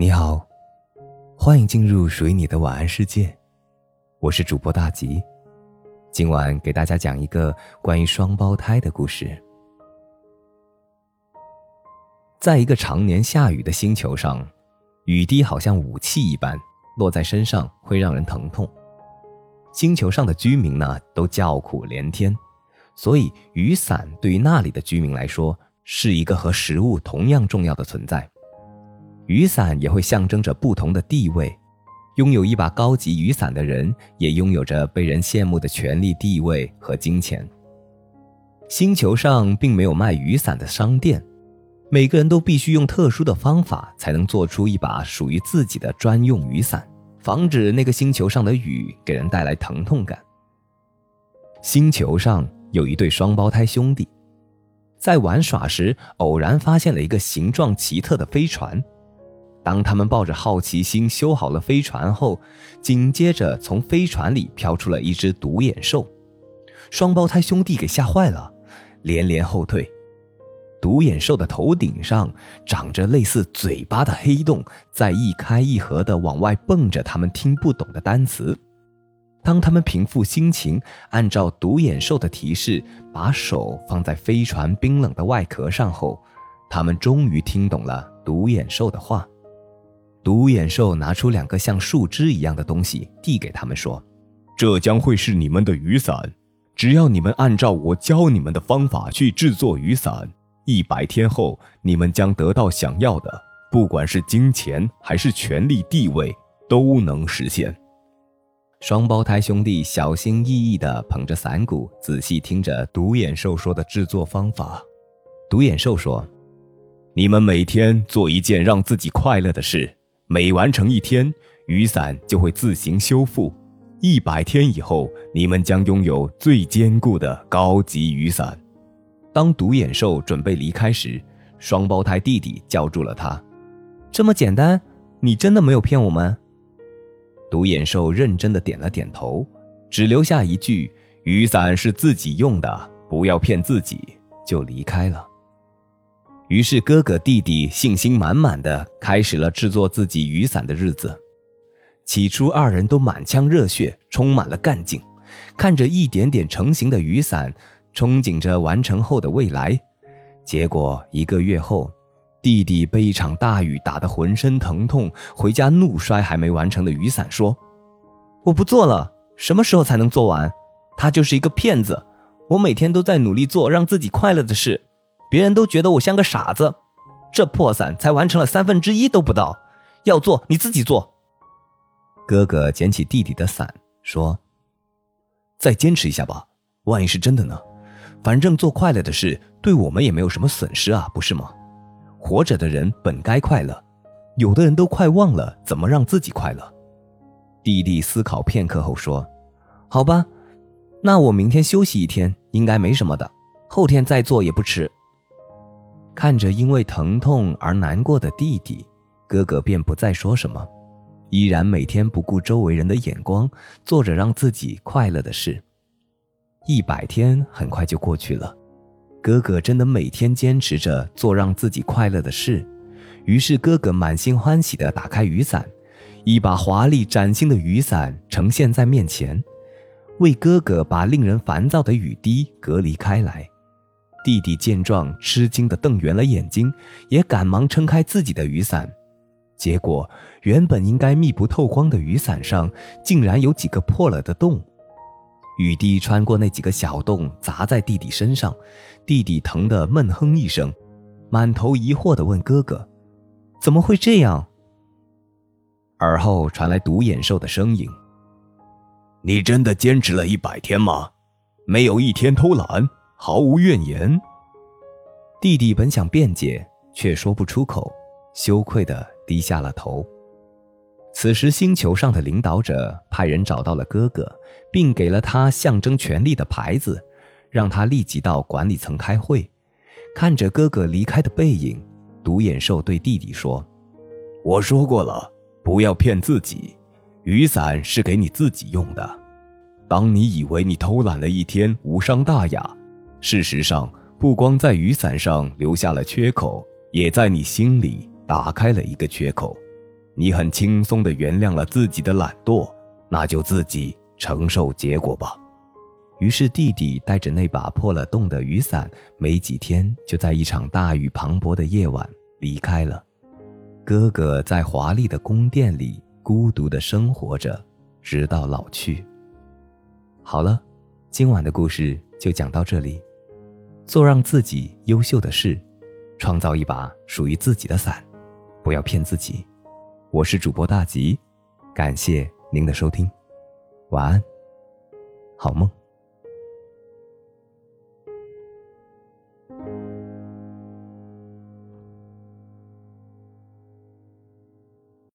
你好，欢迎进入属于你的晚安世界，我是主播大吉。今晚给大家讲一个关于双胞胎的故事。在一个常年下雨的星球上，雨滴好像武器一般，落在身上会让人疼痛。星球上的居民呢，都叫苦连天，所以雨伞对于那里的居民来说，是一个和食物同样重要的存在。雨伞也会象征着不同的地位，拥有一把高级雨伞的人，也拥有着被人羡慕的权力、地位和金钱。星球上并没有卖雨伞的商店，每个人都必须用特殊的方法才能做出一把属于自己的专用雨伞，防止那个星球上的雨给人带来疼痛感。星球上有一对双胞胎兄弟，在玩耍时偶然发现了一个形状奇特的飞船。当他们抱着好奇心修好了飞船后，紧接着从飞船里飘出了一只独眼兽。双胞胎兄弟给吓坏了，连连后退。独眼兽的头顶上长着类似嘴巴的黑洞，在一开一合地往外蹦着他们听不懂的单词。当他们平复心情，按照独眼兽的提示，把手放在飞船冰冷的外壳上后，他们终于听懂了独眼兽的话。独眼兽拿出2个像树枝一样的东西递给他们说， 这将会是你们的雨伞，只要你们按照我教你们的方法去制作雨伞，100天后你们将得到想要的，不管是金钱还是权力地位，都能实现。 双胞胎兄弟小心翼翼地捧着伞骨，仔细听着独眼兽说的制作方法。独眼兽说， 你们每天做一件让自己快乐的事，每完成1天，雨伞就会自行修复。100天以后，你们将拥有最坚固的高级雨伞。 当独眼兽准备离开时，双胞胎弟弟叫住了他。这么简单？你真的没有骗我们？独眼兽认真地点了点头，只留下一句，雨伞是自己用的，不要骗自己，就离开了。于是哥哥弟弟信心满满地开始了制作自己雨伞的日子。起初2人都满腔热血，充满了干劲，看着一点点成型的雨伞，憧憬着完成后的未来。结果1个月后，弟弟被一场大雨打得浑身疼痛，回家怒摔还没完成的雨伞，说，我不做了，什么时候才能做完？他就是一个骗子，我每天都在努力做让自己快乐的事，别人都觉得我像个傻子，这破伞才完成了1/3都不到，要做你自己做。哥哥捡起弟弟的伞，说，再坚持一下吧，万一是真的呢？反正做快乐的事对我们也没有什么损失啊，不是吗？活着的人本该快乐，有的人都快忘了怎么让自己快乐。弟弟思考片刻后说，好吧，那我明天休息1天应该没什么的，后天再做也不迟。看着因为疼痛而难过的弟弟，哥哥便不再说什么，依然每天不顾周围人的眼光，做着让自己快乐的事。100天很快就过去了，哥哥真的每天坚持着做让自己快乐的事。于是哥哥满心欢喜地打开雨伞，一把华丽崭新的雨伞呈现在面前，为哥哥把令人烦躁的雨滴隔离开来。弟弟见状，吃惊地瞪圆了眼睛，也赶忙撑开自己的雨伞。结果原本应该密不透光的雨伞上竟然有几个破了的洞，雨滴穿过那几个小洞砸在弟弟身上，弟弟疼得闷哼一声，满头疑惑地问哥哥，怎么会这样？而后传来独眼兽的声音， 你真的坚持了100天吗？没有1天偷懒，毫无怨言。 弟弟本想辩解，却说不出口，羞愧地低下了头。此时星球上的领导者派人找到了哥哥，并给了他象征权力的牌子，让他立即到管理层开会。看着哥哥离开的背影，独眼兽对弟弟说， 我说过了，不要骗自己，雨伞是给你自己用的。当你以为你偷懒了1天无伤大雅，事实上不光在雨伞上留下了缺口，也在你心里打开了一个缺口。 你很轻松地原谅了自己的懒惰，那就自己承受结果吧。 于是弟弟带着那把破了洞的雨伞，没几天就在一场大雨磅礴的夜晚离开了。哥哥在华丽的宫殿里孤独地生活着，直到老去。好了，今晚的故事就讲到这里。做让自己优秀的事，创造一把属于自己的伞，不要骗自己。我是主播大吉，感谢您的收听，晚安，好梦。